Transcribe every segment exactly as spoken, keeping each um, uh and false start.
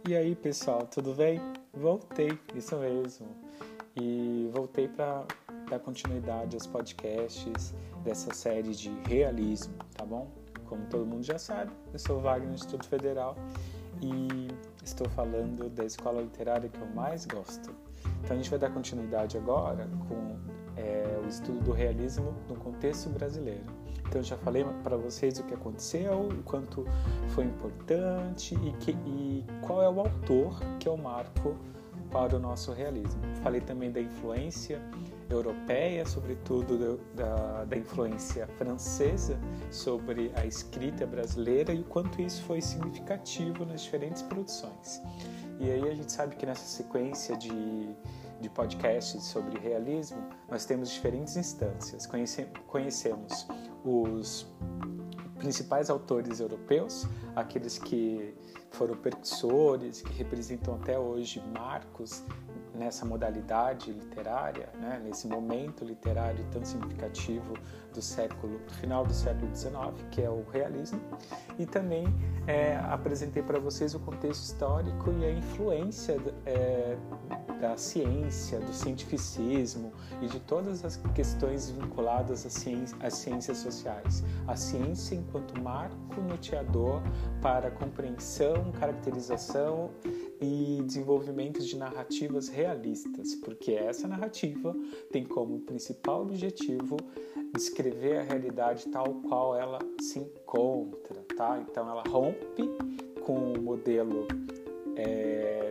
E aí, pessoal, tudo bem? Voltei, isso mesmo. E voltei para dar continuidade aos podcasts dessa série de realismo, tá bom? Como todo mundo já sabe, eu sou o Wagner do Instituto Federal e estou falando da escola literária que eu mais gosto. Então a gente vai dar continuidade agora com é, o estudo do realismo no contexto brasileiro. Então eu já falei para vocês o que aconteceu, o quanto foi importante e, que, e qual é o autor que é o marco para o nosso realismo. Falei também da influência europeia, sobretudo da, da influência francesa sobre a escrita brasileira e o quanto isso foi significativo nas diferentes produções. E aí a gente sabe que nessa sequência de, de podcasts sobre realismo, nós temos diferentes instâncias. Conhece, conhecemos os principais autores europeus, aqueles que foram precursores, que representam até hoje marcos nessa modalidade literária, né, nesse momento literário tão significativo do século, do final do século dezenove, que é o realismo. E também é, apresentei para vocês o contexto histórico e a influência é, da ciência, do cientificismo e de todas as questões vinculadas às ciências, às ciências sociais. A ciência enquanto marco norteador para a compreensão, caracterização e desenvolvimento de narrativas realistas, porque essa narrativa tem como principal objetivo descrever a realidade tal qual ela se encontra, tá? Então ela rompe com o modelo é,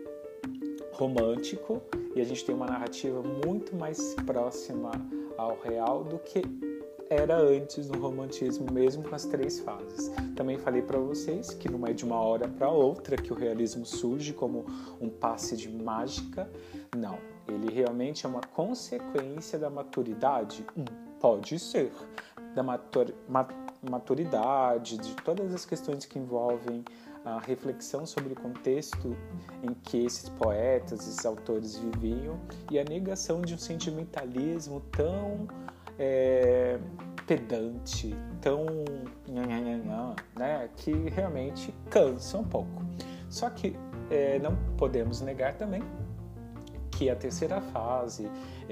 romântico e a gente tem uma narrativa muito mais próxima ao real do que era antes no romantismo, mesmo com as três fases. Também falei para vocês que não é de uma hora para outra que o realismo surge como um passe de mágica. Não, ele realmente é uma consequência da maturidade? Hum, pode ser. Da matur, maturidade, de todas as questões que envolvem a reflexão sobre o contexto em que esses poetas, esses autores viviam e a negação de um sentimentalismo tão É, pedante, tão né, que realmente cansa um pouco. Só que é, não podemos negar também que a terceira fase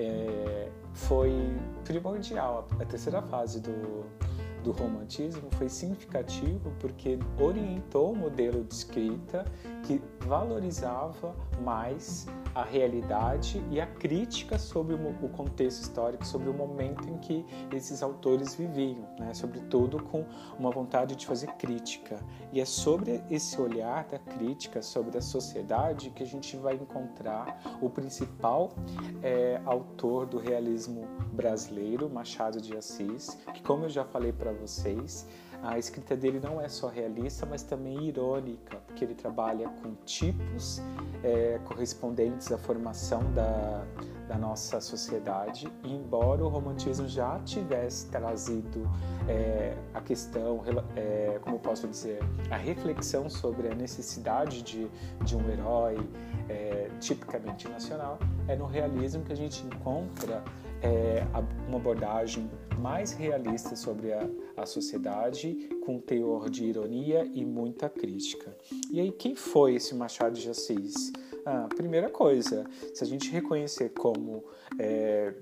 é, foi primordial. A terceira fase do, do romantismo foi significativo porque orientou o modelo de escrita que valorizava mais a realidade e a crítica sobre o contexto histórico, sobre o momento em que esses autores viviam, né? Sobretudo com uma vontade de fazer crítica. E é sobre esse olhar da crítica sobre a sociedade que a gente vai encontrar o principal é, autor do realismo brasileiro, Machado de Assis, que, como eu já falei para vocês, a escrita dele não é só realista, mas também irônica, porque ele trabalha com tipos é, correspondentes à formação da, da nossa sociedade. E embora o romantismo já tivesse trazido é, a questão, é, como eu posso dizer, a reflexão sobre a necessidade de, de um herói é, tipicamente nacional, é no realismo que a gente encontra é, uma abordagem mais realista sobre a, a sociedade, com teor de ironia e muita crítica. E aí, quem foi esse Machado de Assis? Ah, primeira coisa, se a gente reconhecer como é,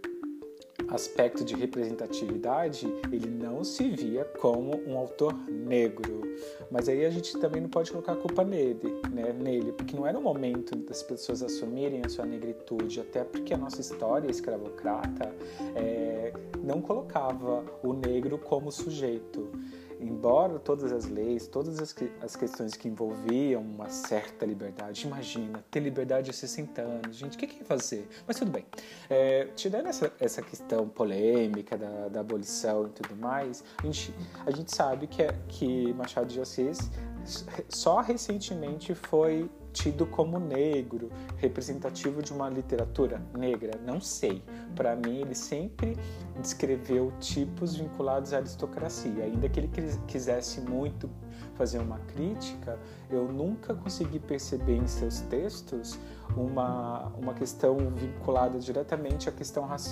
aspecto de representatividade, ele não se via como um autor negro. Mas aí a gente também não pode colocar a culpa nele, né, nele, porque não era o momento das pessoas assumirem a sua negritude, até porque a nossa história escravocrata é, não colocava o negro como sujeito. Embora todas as leis, todas as, que, as questões que envolviam uma certa liberdade, imagina, ter liberdade aos sessenta anos, gente, o que, que ia fazer? Mas tudo bem. É, tirando essa, essa questão polêmica da, da abolição e tudo mais, a gente, a gente sabe que, é, que Machado de Assis só recentemente foi tido como negro, representativo de uma literatura negra, não sei. Para mim, ele sempre descreveu tipos vinculados à aristocracia. Ainda que ele quisesse muito fazer uma crítica, eu nunca consegui perceber em seus textos uma, uma questão vinculada diretamente à questão racial.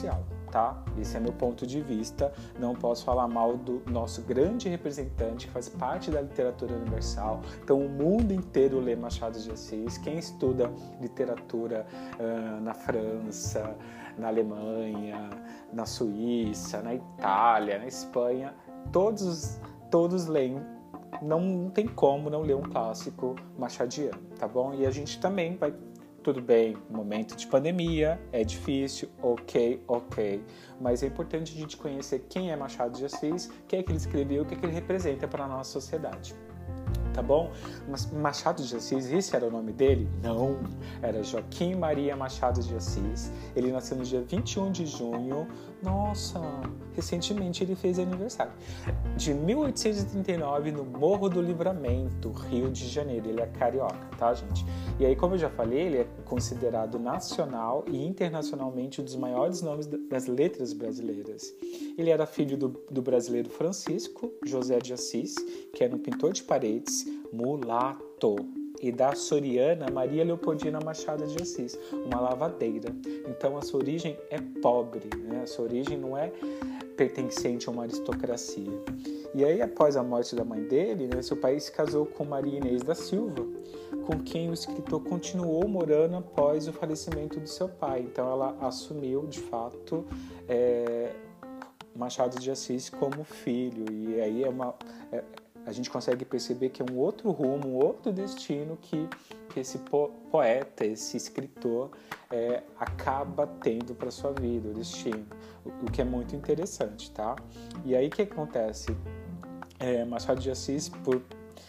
tá? Esse é meu ponto de vista, não posso falar mal do nosso grande representante que faz parte da literatura universal. Então o mundo inteiro lê Machado de Assis. Quem estuda literatura uh, na França, na Alemanha, na Suíça, na Itália, na Espanha, todos, todos leem. Não tem como não ler um clássico machadiano, tá bom? E a gente também vai, tudo bem, momento de pandemia, é difícil, ok, ok. Mas é importante a gente conhecer quem é Machado de Assis, o que é que ele escreveu, o que é que ele representa para a nossa sociedade. Tá bom? Mas Machado de Assis, esse era o nome dele? Não, era Joaquim Maria Machado de Assis. Ele nasceu no dia vinte e um de junho, nossa, recentemente ele fez aniversário, de mil oitocentos e trinta e nove, no Morro do Livramento, Rio de Janeiro. Ele é carioca, tá, gente? E aí, como eu já falei, ele é considerado nacional e internacionalmente um dos maiores nomes das letras brasileiras. Ele era filho do, do brasileiro Francisco José de Assis, que era um pintor de paredes, mulato, e da açoriana Maria Leopoldina Machado de Assis, uma lavadeira. Então a sua origem é pobre, né? A sua origem não é pertencente a uma aristocracia. E aí, após a morte da mãe dele, né, seu pai se casou com Maria Inês da Silva, com quem o escritor continuou morando após o falecimento do seu pai. Então ela assumiu, de fato, é, Machado de Assis como filho. E aí é uma... É, a gente consegue perceber que é um outro rumo, um outro destino que, que esse po- poeta, esse escritor é, acaba tendo para sua vida, o destino, o, o que é muito interessante, tá? E aí o que acontece? É, Machado de Assis por,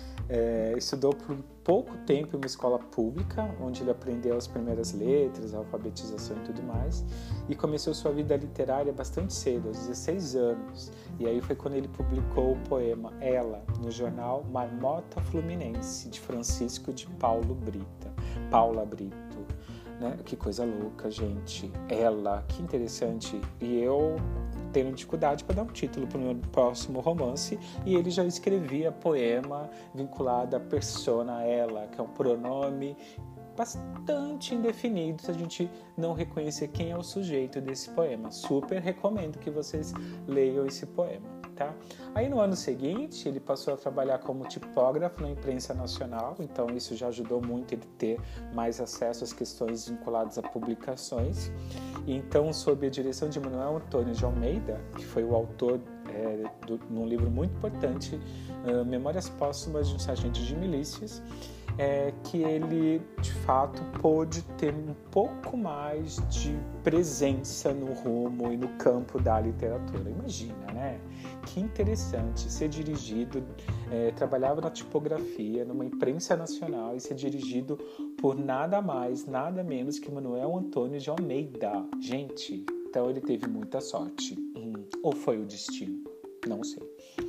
é, estudou por pouco tempo em uma escola pública, onde ele aprendeu as primeiras letras, a alfabetização e tudo mais, e começou sua vida literária bastante cedo, aos dezesseis anos. E aí foi quando ele publicou o poema Ela, no jornal Marmota Fluminense, de Francisco de Paulo Brita, Paula Brito. Né? Que coisa louca, gente. Ela, que interessante. E eu tenho dificuldade para dar um título para o meu próximo romance, e ele já escrevia poema vinculado à persona ela, que é um pronome bastante indefinido se a gente não reconhecer quem é o sujeito desse poema. Super recomendo que vocês leiam esse poema, tá? Aí no ano seguinte ele passou a trabalhar como tipógrafo na imprensa nacional, então isso já ajudou muito ele ter mais acesso às questões vinculadas a publicações. E então, sob a direção de Manuel Antônio de Almeida, que foi o autor é, de um livro muito importante, uh, Memórias Póstumas de um Sargento de Milícias, é que ele, de fato, pôde ter um pouco mais de presença no rumo e no campo da literatura. Imagina, né? Que interessante ser dirigido, é, trabalhava na tipografia, numa imprensa nacional, e ser dirigido por nada mais, nada menos que Manuel Antônio de Almeida. Gente, então ele teve muita sorte. Hum, ou foi o destino? Não sei.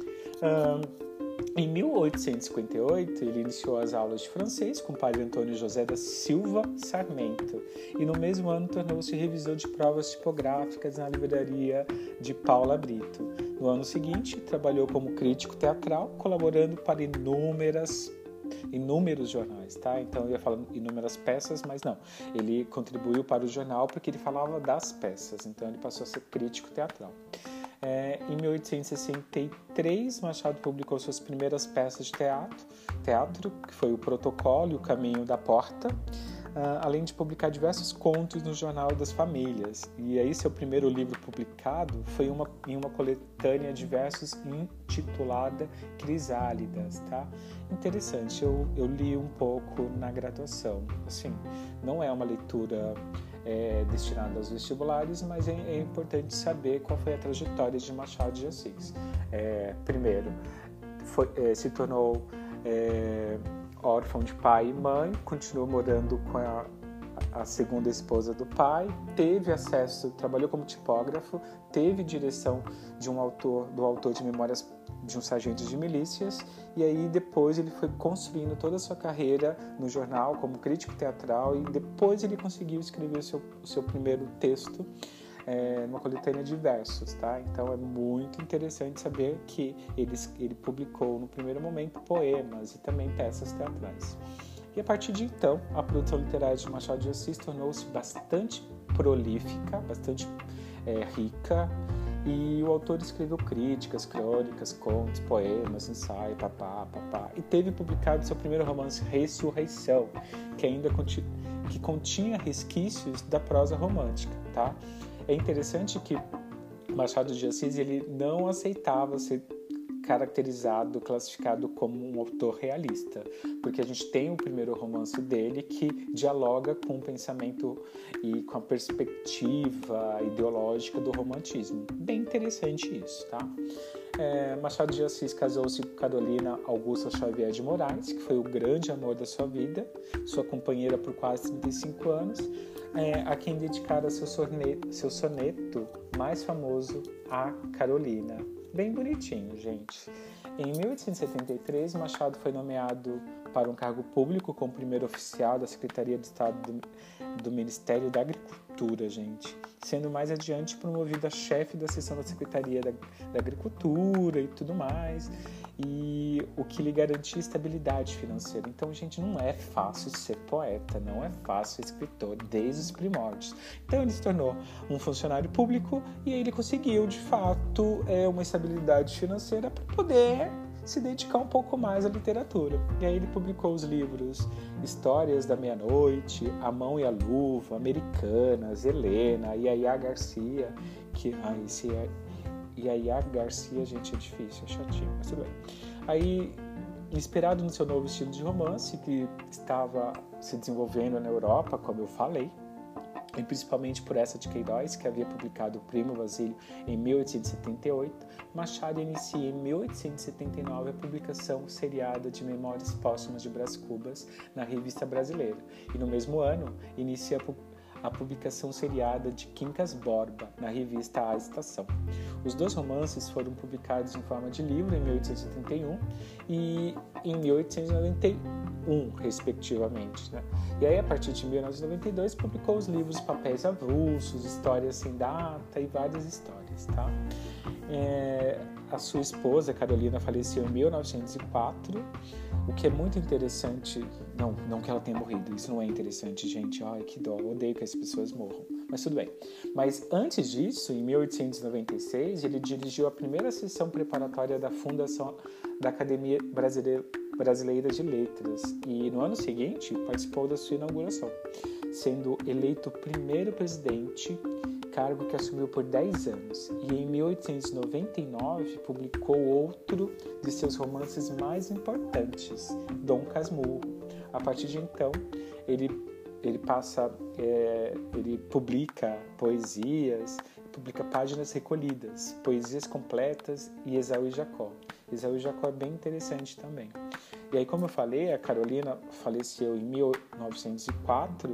Um, Em mil oitocentos e cinquenta e oito, ele iniciou as aulas de francês com o padre Antônio José da Silva Sarmento, e no mesmo ano tornou-se revisor de provas tipográficas na livraria de Paula Brito. No ano seguinte, trabalhou como crítico teatral, colaborando para inúmeras inúmeros jornais, tá? Então eu ia falar inúmeras peças, mas não. Ele contribuiu para o jornal porque ele falava das peças, então ele passou a ser crítico teatral. É, em mil oitocentos e sessenta e três, Machado publicou suas primeiras peças de teatro, teatro que foi o Protocolo e o Caminho da Porta, uh, além de publicar diversos contos no Jornal das Famílias. E aí seu primeiro livro publicado foi uma, em uma coletânea de versos intitulada Crisálidas, tá? Interessante, eu, eu li um pouco na graduação. Assim, não é uma leitura É, destinado aos vestibulares, mas é, é importante saber qual foi a trajetória de Machado de Assis. É, primeiro, foi, é, se tornou é, órfão de pai e mãe, continuou morando com a, a segunda esposa do pai, teve acesso, trabalhou como tipógrafo, teve direção de um autor, do autor de Memórias de um Sargento de Milícias, e aí depois ele foi construindo toda a sua carreira no jornal como crítico teatral, e depois ele conseguiu escrever o seu, o seu primeiro texto é, numa coletânea de versos, tá? Então é muito interessante saber que ele, ele publicou no primeiro momento poemas e também peças teatrais. E a partir de então, a produção literária de Machado de Assis tornou-se bastante prolífica, bastante é, rica, e o autor escreveu críticas, crônicas, contos, poemas, ensaio, papá, papá, e teve publicado seu primeiro romance, Ressurreição, que ainda conti- que continha resquícios da prosa romântica, tá? É interessante que Machado de Assis ele não aceitava ser caracterizado, classificado como um autor realista, porque a gente tem o primeiro romance dele que dialoga com o pensamento e com a perspectiva ideológica do romantismo. Bem interessante isso, tá? É, Machado de Assis casou-se com Carolina Augusta Xavier de Moraes, que foi o grande amor da sua vida, sua companheira por quase trinta e cinco anos, é, a quem dedicara seu soneto, seu soneto mais famoso, A Carolina. Bem bonitinho, gente. Em mil oitocentos e setenta e três, Machado foi nomeado para um cargo público como primeiro oficial da Secretaria de Estado do, do Ministério da Agricultura, gente. Sendo mais adiante promovido a chefe da seção da Secretaria da, da Agricultura e tudo mais, e o que lhe garantia estabilidade financeira. Então, gente, não é fácil ser poeta, não é fácil ser escritor, desde os primórdios. Então, ele se tornou um funcionário público e ele conseguiu, de fato, é, uma estabilidade financeira para poder se dedicar um pouco mais à literatura. E aí ele publicou os livros Histórias da Meia-Noite, A Mão e a Luva, Americanas, Helena, Yaya Garcia, que... Ah, esse é... Yaya Garcia, gente, é difícil, é chatinho, mas tudo bem. Aí, inspirado no seu novo estilo de romance, que estava se desenvolvendo na Europa, como eu falei, e principalmente por essa de Queiroz, que havia publicado O Primo Basílio em mil oitocentos e setenta e oito, Machado inicia em mil oitocentos e setenta e nove a publicação seriada de Memórias Póstumas de Brás Cubas na Revista Brasileira. E no mesmo ano, inicia a publicação seriada de Quincas Borba na revista A Estação. Os dois romances foram publicados em forma de livro em mil oitocentos e setenta e um e em mil oitocentos e noventa e um, respectivamente, né? E aí, a partir de mil novecentos e noventa e dois, publicou os livros Papéis Avulsos, Histórias Sem Data e várias histórias, tá? É, a sua esposa, Carolina, faleceu em mil novecentos e quatro, o que é muito interessante. Não, não que ela tenha morrido, isso não é interessante, gente. Ai, que dó, eu odeio que as pessoas morram, mas tudo bem. Mas antes disso, em mil oitocentos e noventa e seis, ele dirigiu a primeira sessão preparatória da fundação da Academia Brasileira Brasileira de Letras e no ano seguinte participou da sua inauguração, sendo eleito o primeiro presidente, cargo que assumiu por dez anos, e em mil oitocentos e noventa e nove publicou outro de seus romances mais importantes, Dom Casmurro. A partir de então, ele, ele passa, é, ele publica poesias, publica páginas recolhidas, poesias completas e Esaú e Jacó. Esaú e Jacó é bem interessante também. E aí, como eu falei, a Carolina faleceu em mil novecentos e quatro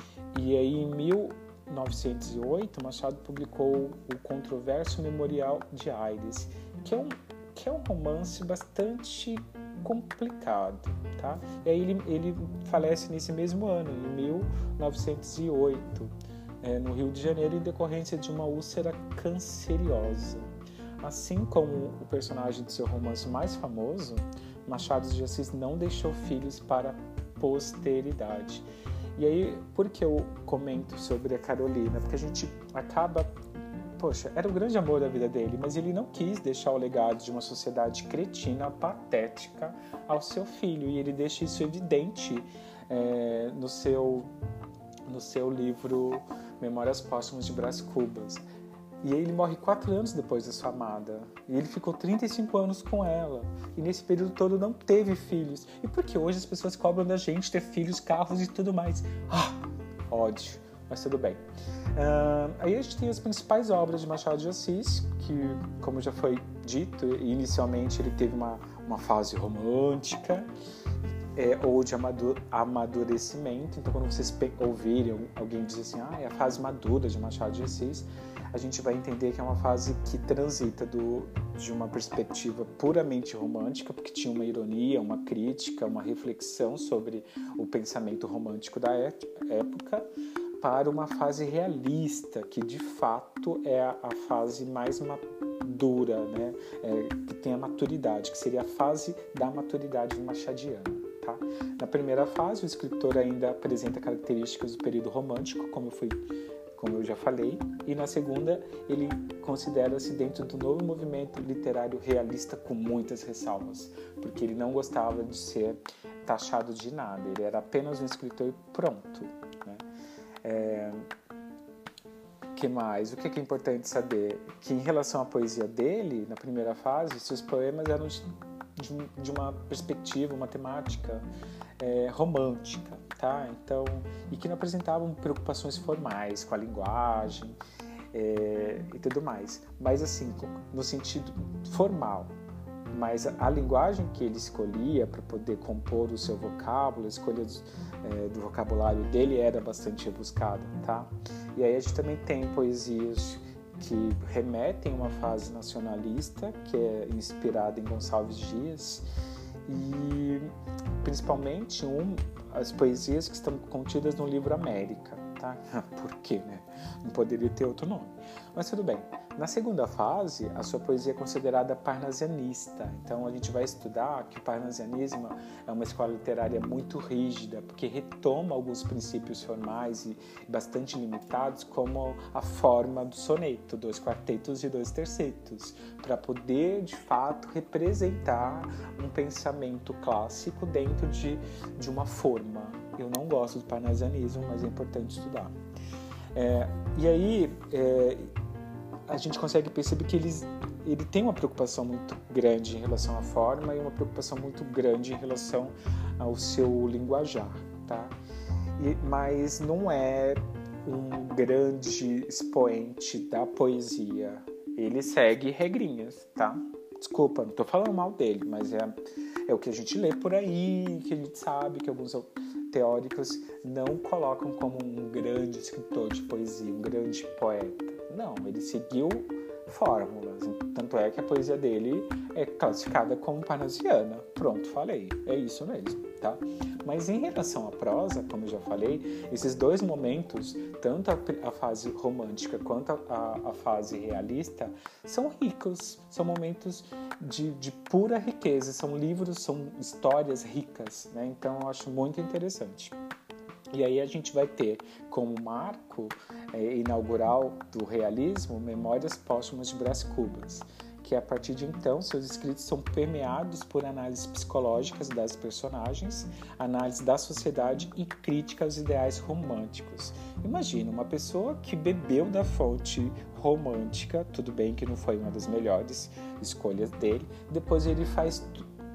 e aí em mil novecentos e oito Machado publicou o controverso Memorial de Aires, que é um, que é um romance bastante complicado, tá? E aí ele, ele falece nesse mesmo ano, em mil novecentos e oito, é, no Rio de Janeiro, em decorrência de uma úlcera canceriosa. Assim como o personagem de seu romance mais famoso, Machado de Assis não deixou filhos para a posteridade. E aí, por que eu comento sobre a Carolina? Porque a gente acaba... Poxa, era o grande amor da vida dele, mas ele não quis deixar o legado de uma sociedade cretina, patética, ao seu filho. E ele deixa isso evidente é, no, seu, no seu livro Memórias Póstumas de Brás Cubas. E ele morre quatro anos depois da sua amada. E ele ficou trinta e cinco anos com ela. E nesse período todo não teve filhos. E por que hoje as pessoas cobram da gente ter filhos, carros e tudo mais? Ah, ódio. Mas tudo bem. Uh, aí a gente tem as principais obras de Machado de Assis, que, como já foi dito, inicialmente ele teve uma, uma fase romântica, é, ou de amadurecimento. Então, quando vocês ouvirem alguém dizer assim, ah, é a fase madura de Machado de Assis, a gente vai entender que é uma fase que transita do, de uma perspectiva puramente romântica, porque tinha uma ironia, uma crítica, uma reflexão sobre o pensamento romântico da época, para uma fase realista, que de fato é a, a fase mais madura, né? É, que tem a maturidade, que seria a fase da maturidade machadiana. Tá? Na primeira fase, o escritor ainda apresenta características do período romântico, como eu fui como eu já falei, e na segunda ele considera-se dentro do novo movimento literário realista com muitas ressalvas, porque ele não gostava de ser taxado de nada, ele era apenas um escritor pronto, né? É... que mais? O que é importante saber? Que em relação à poesia dele, na primeira fase, seus poemas eram de, de, de uma perspectiva, uma temática é, romântica, tá? Então, e que não apresentavam preocupações formais com a linguagem é, e tudo mais. Mas assim, no sentido formal. Mas a, a linguagem que ele escolhia para poder compor o seu vocábulo, a escolha do, é, do vocabulário dele era bastante rebuscada, tá? E aí a gente também tem poesias que remetem a uma fase nacionalista, que é inspirada em Gonçalves Dias, e principalmente um, as poesias que estão contidas no livro América, tá? Por quê, né? Não poderia ter outro nome. Mas tudo bem. Na segunda fase, a sua poesia é considerada parnasianista. Então, a gente vai estudar que o parnasianismo é uma escola literária muito rígida, porque retoma alguns princípios formais e bastante limitados, como a forma do soneto, dois quartetos e dois tercetos, para poder, de fato, representar um pensamento clássico dentro de, de uma forma. Eu não gosto do parnasianismo, mas é importante estudar. É, e aí... É, a gente consegue perceber que ele, ele tem uma preocupação muito grande em relação à forma e uma preocupação muito grande em relação ao seu linguajar, tá? E, mas não é um grande expoente da poesia. Ele segue regrinhas, tá? Desculpa, não estou falando mal dele, mas é, é o que a gente lê por aí, que a gente sabe que alguns teóricos não colocam como um grande escritor de poesia, um grande poeta. Não, ele seguiu fórmulas, tanto é que a poesia dele é classificada como parnasiana. Pronto, falei, é isso mesmo, tá? Mas em relação à prosa, como eu já falei, esses dois momentos, tanto a, a fase romântica quanto a, a, a fase realista, são ricos, são momentos de, de pura riqueza, são livros, são histórias ricas, né? Então eu acho muito interessante. E aí a gente vai ter como marco é, inaugural do realismo Memórias Póstumas de Brás Cubas, que a partir de então seus escritos são permeados por análises psicológicas das personagens, análise da sociedade e crítica aos ideais românticos. Imagina, uma pessoa que bebeu da fonte romântica, tudo bem que não foi uma das melhores escolhas dele, depois ele faz,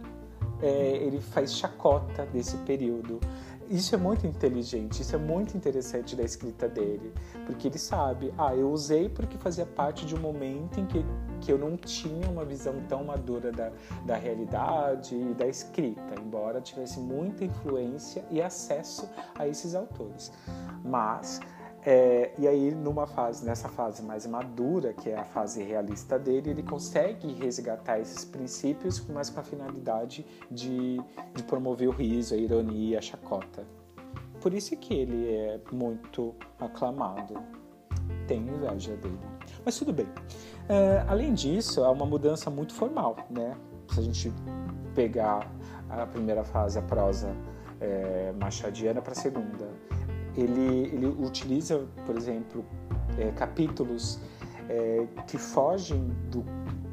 é, ele faz chacota desse período. Isso é muito inteligente, isso é muito interessante da escrita dele, porque ele sabe, ah, eu usei porque fazia parte de um momento em que, que eu não tinha uma visão tão madura da, da realidade e da escrita, embora tivesse muita influência e acesso a esses autores. Mas, é, e aí numa fase, nessa fase mais madura, que é a fase realista dele, ele consegue resgatar esses princípios, mas com a finalidade de, de promover o riso, a ironia, a chacota. Por isso que ele é muito aclamado. Tenho inveja dele. Mas tudo bem. É, além disso, há uma mudança muito formal, né? Se a gente pegar a primeira fase, a prosa é, machadiana, para a segunda, Ele, ele utiliza, por exemplo, é, capítulos é, que fogem do,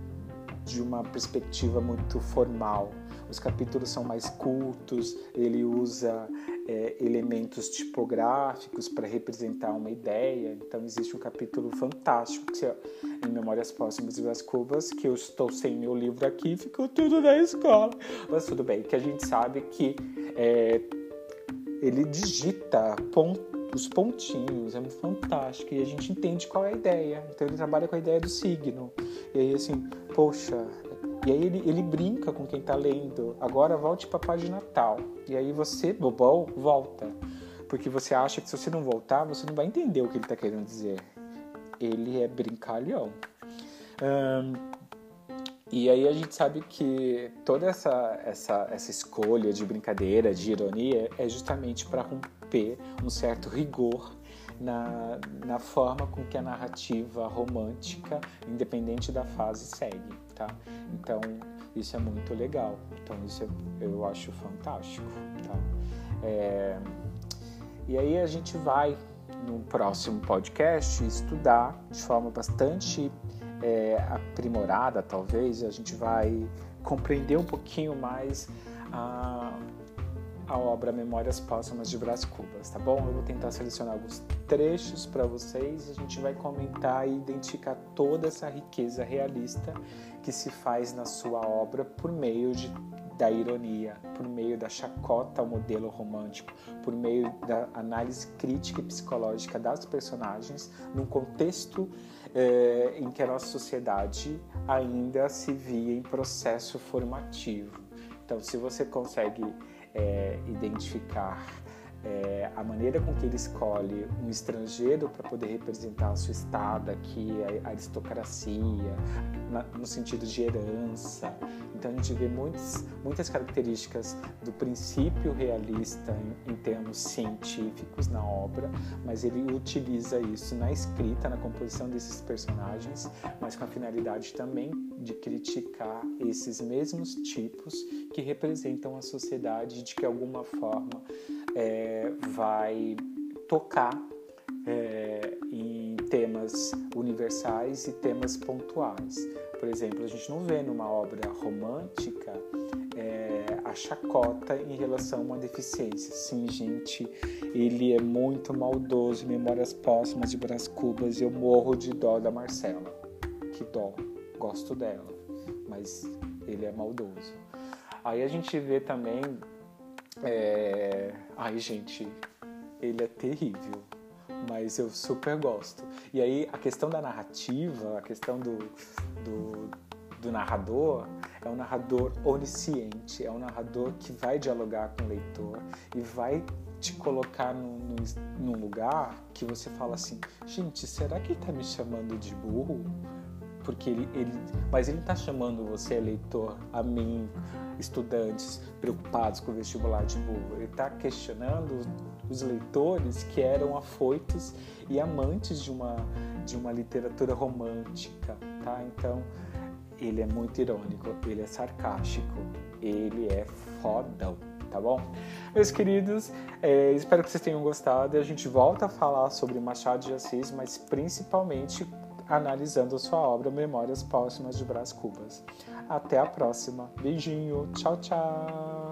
de uma perspectiva muito formal. Os capítulos são mais cultos, ele usa é, elementos tipográficos para representar uma ideia. Então, existe um capítulo fantástico que, em Memórias Póstumas de Brás Cubas, que eu estou sem meu livro aqui, ficou tudo na escola. Mas tudo bem, que a gente sabe que... É, ele digita pont, os pontinhos, é fantástico, e a gente entende qual é a ideia. Então ele trabalha com a ideia do signo. E aí assim, poxa, e aí ele, ele brinca com quem está lendo. Agora volte para a página tal. E aí você, bobão, volta. Porque você acha que se você não voltar, você não vai entender o que ele está querendo dizer. Ele é brincalhão. Hum, E aí a gente sabe que toda essa, essa, essa escolha de brincadeira, de ironia, é justamente para romper um certo rigor na, na forma com que a narrativa romântica, independente da fase, segue, tá? Então, isso é muito legal. Então, isso eu acho fantástico, tá? É, e aí a gente vai no próximo podcast, estudar de forma bastante é, aprimorada, talvez, a gente vai compreender um pouquinho mais a, a obra Memórias Póstumas de Brás Cubas, tá bom? Eu vou tentar selecionar alguns trechos para vocês e a gente vai comentar e identificar toda essa riqueza realista que se faz na sua obra por meio de da ironia, por meio da chacota ao modelo romântico, por meio da análise crítica e psicológica das personagens, num contexto eh, em que a nossa sociedade ainda se via em processo formativo. Então, se você consegue eh, identificar É, a maneira com que ele escolhe um estrangeiro para poder representar a sua estada aqui, a aristocracia, na, no sentido de herança. Então a gente vê muitas, muitas características do princípio realista em, em termos científicos na obra, mas ele utiliza isso na escrita, na composição desses personagens, mas com a finalidade também de criticar esses mesmos tipos que representam a sociedade, de que de alguma forma É, vai tocar é, em temas universais e temas pontuais. Por exemplo, a gente não vê numa obra romântica é, a chacota em relação a uma deficiência. Sim, gente, ele é muito maldoso. Memórias Póstumas de Brás Cubas, eu morro de dó da Marcela. Que dó, gosto dela, mas ele é maldoso. Aí a gente vê também É... Ai, gente, ele é terrível, mas eu super gosto. E aí, a questão da narrativa, a questão do, do, do narrador, é um narrador onisciente, é um narrador que vai dialogar com o leitor e vai te colocar num, num, num lugar que você fala assim, gente, será que ele tá me chamando de burro? Porque ele, ele, mas ele está chamando você, leitor, a mim, estudantes preocupados com o vestibular de burro. Ele está questionando os leitores que eram afoitos e amantes de uma, de uma literatura romântica, tá? Então, ele é muito irônico, ele é sarcástico, ele é fodão, tá bom? Meus queridos, é, espero que vocês tenham gostado e a gente volta a falar sobre Machado de Assis, mas principalmente analisando a sua obra Memórias Póstumas de Brás Cubas. Até a próxima. Beijinho. Tchau, tchau.